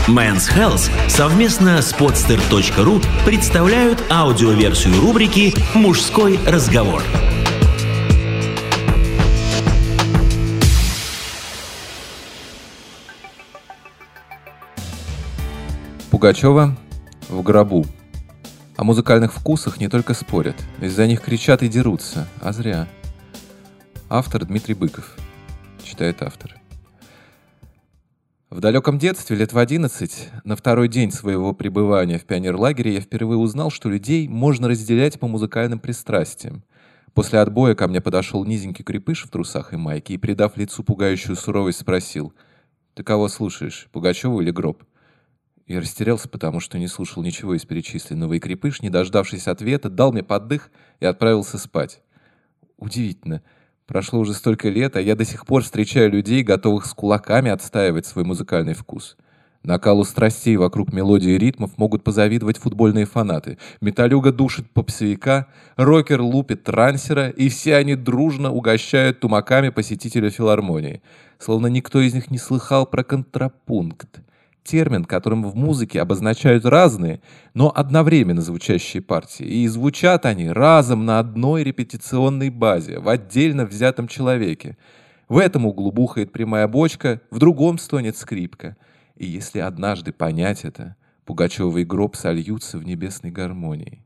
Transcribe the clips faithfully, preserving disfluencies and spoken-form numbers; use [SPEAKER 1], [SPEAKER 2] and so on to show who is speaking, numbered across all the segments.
[SPEAKER 1] Men's Health совместно с podster точка ру представляют аудиоверсию рубрики «Мужской разговор».
[SPEAKER 2] Пугачева в гробу. О музыкальных вкусах не только спорят, из-за них кричат и дерутся, а зря. Автор Дмитрий Быков. Читает автор. В далеком детстве, лет в одиннадцать, на второй день своего пребывания в пионерлагере, я впервые узнал, что людей можно разделять по музыкальным пристрастиям. После отбоя ко мне подошел низенький крепыш в трусах и майке и, придав лицу пугающую суровость, спросил: «Ты кого слушаешь, Пугачеву или гроб?» Я растерялся, потому что не слушал ничего из перечисленного, и крепыш, не дождавшись ответа, дал мне поддых и отправился спать. Удивительно. Прошло уже столько лет, а я до сих пор встречаю людей, готовых с кулаками отстаивать свой музыкальный вкус. Накалу страстей вокруг мелодий и ритмов могут позавидовать футбольные фанаты. Металюга душит попсовика, рокер лупит трансера, и все они дружно угощают тумаками посетителя филармонии. Словно никто из них не слыхал про контрапункт. Термин, которым в музыке обозначают разные, но одновременно звучащие партии. И звучат они разом на одной репетиционной базе, в отдельно взятом человеке. В этом углу бухает прямая бочка, в другом стонет скрипка. И если однажды понять это, Пугачева и гроб сольются в небесной гармонии.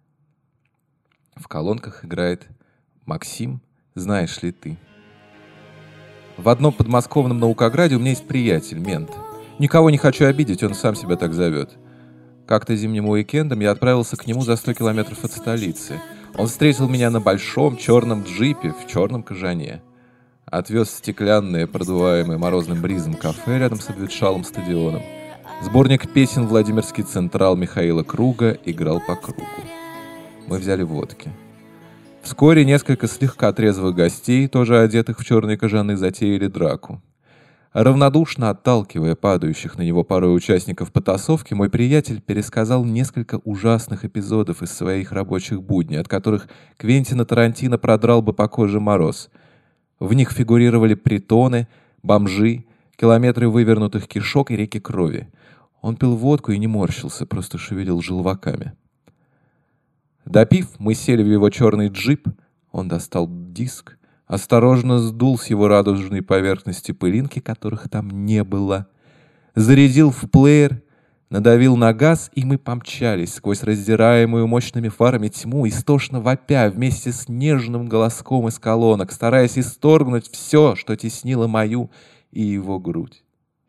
[SPEAKER 2] В колонках играет Максим, знаешь ли ты. В одном подмосковном наукограде у меня есть приятель, мент. Никого не хочу обидеть, он сам себя так зовет. Как-то зимним уикендом я отправился к нему за сто километров от столицы. Он встретил меня на большом черном джипе в черном кожане. Отвез в стеклянное, продуваемое морозным бризом кафе рядом с обветшалым стадионом. Сборник песен «Владимирский Централ» Михаила Круга играл по кругу. Мы взяли водки. Вскоре несколько слегка трезвых гостей, тоже одетых в черные кожаны, затеяли драку. Равнодушно отталкивая падающих на него порой участников потасовки, мой приятель пересказал несколько ужасных эпизодов из своих рабочих будней, от которых Квентина Тарантино продрал бы по коже мороз. В них фигурировали притоны, бомжи, километры вывернутых кишок и реки крови. Он пил водку и не морщился, просто шевелил желваками. Допив, мы сели в его черный джип, он достал диск, осторожно сдул с его радужной поверхности пылинки, которых там не было. Зарядил в плеер, надавил на газ, и мы помчались сквозь раздираемую мощными фарами тьму, истошно вопя вместе с нежным голоском из колонок, стараясь исторгнуть все, что теснило мою и его грудь.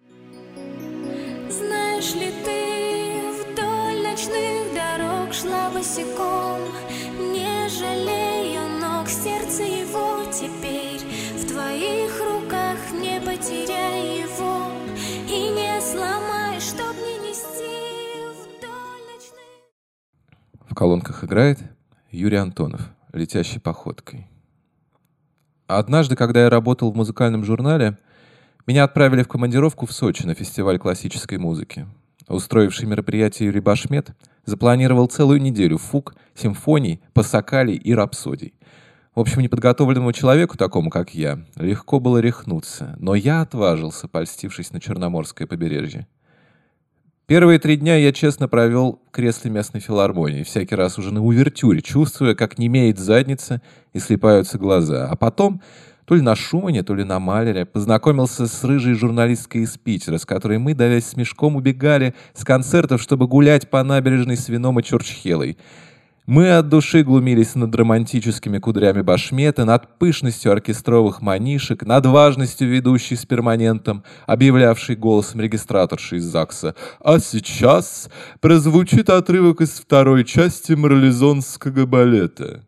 [SPEAKER 3] Знаешь ли ты, вдоль ночных дорог шла босиком, не жалея ног, сердце его теперь в твоих руках, не потеряй его и не сломай, чтоб не нести вдоль ночных.
[SPEAKER 2] В колонках играет Юрий Антонов, летящей походкой. Однажды, когда я работал в музыкальном журнале, меня отправили в командировку в Сочи на фестиваль классической музыки. Устроивший мероприятие Юрий Башмет запланировал целую неделю фуг, симфоний, пассакалий и рапсодий. В общем, неподготовленному человеку, такому как я, легко было рехнуться, но я отважился, польстившись на Черноморское побережье. Первые три дня я честно провел в кресле местной филармонии, всякий раз уже на увертюре, чувствуя, как немеет задница и слипаются глаза. А потом, то ли на Шумане, то ли на Малере, познакомился с рыжей журналисткой из Питера, с которой мы, давясь смешком, убегали с концертов, чтобы гулять по набережной с вином и чурчхелой. Мы от души глумились над романтическими кудрями Башмета, над пышностью оркестровых манишек, над важностью ведущей с перманентом, объявлявшей голосом регистраторши из ЗАГСа: «А сейчас прозвучит отрывок из второй части марлезонского балета».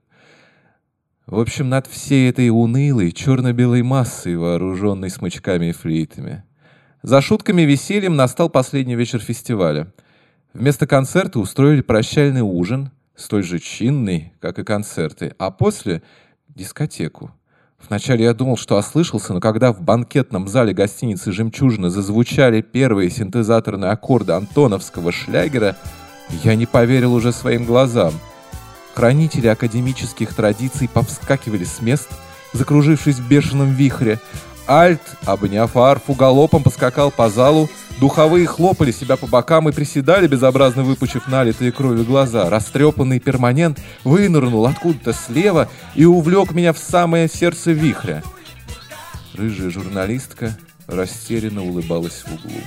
[SPEAKER 2] В общем, над всей этой унылой, черно-белой массой, вооруженной смычками и флейтами. За шутками и весельем настал последний вечер фестиваля. Вместо концерта устроили прощальный ужин, столь же чинный, как и концерты, а после — дискотеку. Вначале я думал, что ослышался, но когда в банкетном зале гостиницы «Жемчужина» зазвучали первые синтезаторные аккорды антоновского шлягера, я не поверил уже своим глазам. Хранители академических традиций повскакивали с мест, закружившись в бешеном вихре. Альт, обняв арфу, галопом поскакал по залу, Духовые хлопали себя по бокам и приседали, безобразно выпучив налитые кровью глаза. Растрепанный перманент вынырнул откуда-то слева и увлек меня в самое сердце вихря. Рыжая журналистка растерянно улыбалась в углу.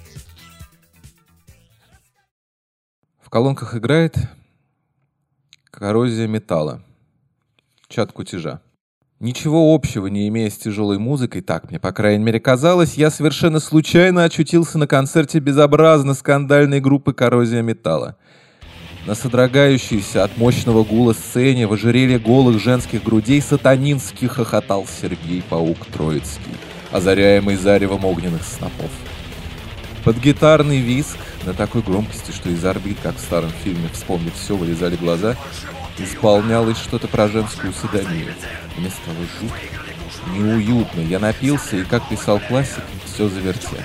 [SPEAKER 2] В колонках играет «Коррозия металла», Чад Кутежа. Ничего общего не имея с тяжелой музыкой, так мне, по крайней мере, казалось, я совершенно случайно очутился на концерте безобразно скандальной группы «Коррозия металла». На содрогающейся от мощного гула сцене в ожерелье голых женских грудей сатанински хохотал Сергей Паук Троицкий, озаряемый заревом огненных снопов. Под гитарный визг на такой громкости, что из орбит, как в старом фильме «Вспомнить все», вылезали глаза, исполнялось что-то про женскую садомию. Мне стало жутко, неуютно. Я напился и, как писал классик, все завертел.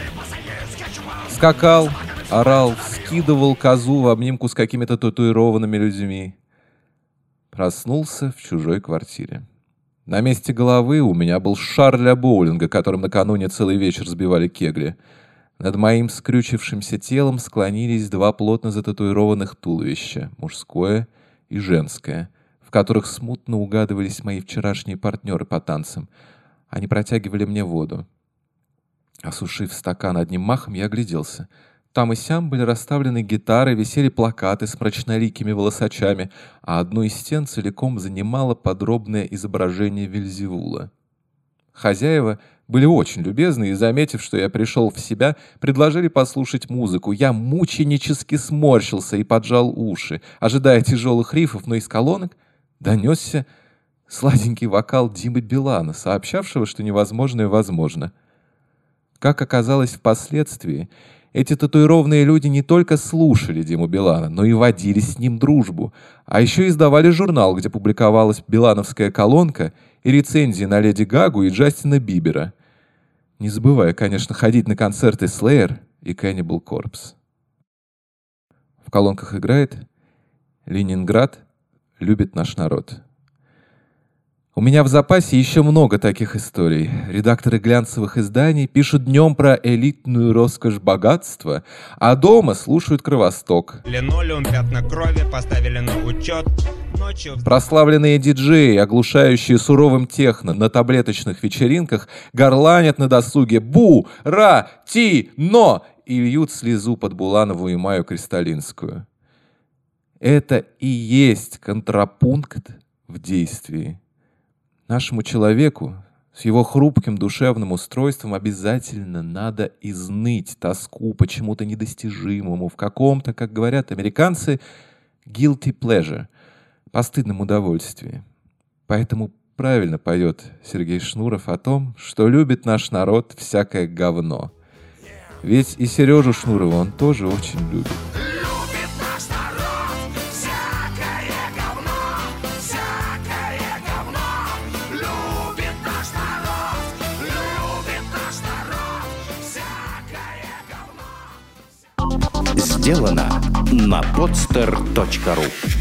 [SPEAKER 2] Скакал, орал, вскидывал козу в обнимку с какими-то татуированными людьми. Проснулся в чужой квартире. На месте головы у меня был шар для боулинга, которым накануне целый вечер сбивали кегли. Над моим скрючившимся телом склонились два плотно зататуированных туловища, мужское и женское, в которых смутно угадывались мои вчерашние партнеры по танцам. Они протягивали мне воду. Осушив стакан одним махом, я огляделся. Там и сям были расставлены гитары, висели плакаты с мрачноликими волосачами, а одну из стен целиком занимало подробное изображение Вельзевула. Хозяева были очень любезны и, заметив, что я пришел в себя, предложили послушать музыку. Я мученически сморщился и поджал уши, ожидая тяжелых рифов, но из колонок донесся сладенький вокал Димы Билана, сообщавшего, что невозможное возможно. Как оказалось впоследствии, эти татуированные люди не только слушали Диму Билана, но и водили с ним дружбу, а еще издавали журнал, где публиковалась билановская колонка и рецензии на Леди Гагу и Джастина Бибера. Не забывая, конечно, ходить на концерты Slayer и Cannibal Corpse. В колонках играет «Ленинград любит наш народ». У меня в запасе еще много таких историй. Редакторы глянцевых изданий пишут днем про элитную роскошь богатства, а дома слушают Кровосток.
[SPEAKER 4] Линолеум, пятна крови, поставили на учет. Ночью...
[SPEAKER 2] Прославленные диджеи, оглушающие суровым техно на таблеточных вечеринках, горланят на досуге «Бу! Ра! Ти! Но!» и льют слезу под Буланову и Маю Кристалинскую. Это и есть контрапункт в действии. Нашему человеку с его хрупким душевным устройством обязательно надо изныть тоску по чему-то недостижимому, в каком-то, как говорят американцы, guilty pleasure, постыдном удовольствии. Поэтому правильно поет Сергей Шнуров о том, что любит наш народ всякое говно. Ведь и Сережу Шнурова он тоже очень любит.
[SPEAKER 5] Сделано на podster точка ру.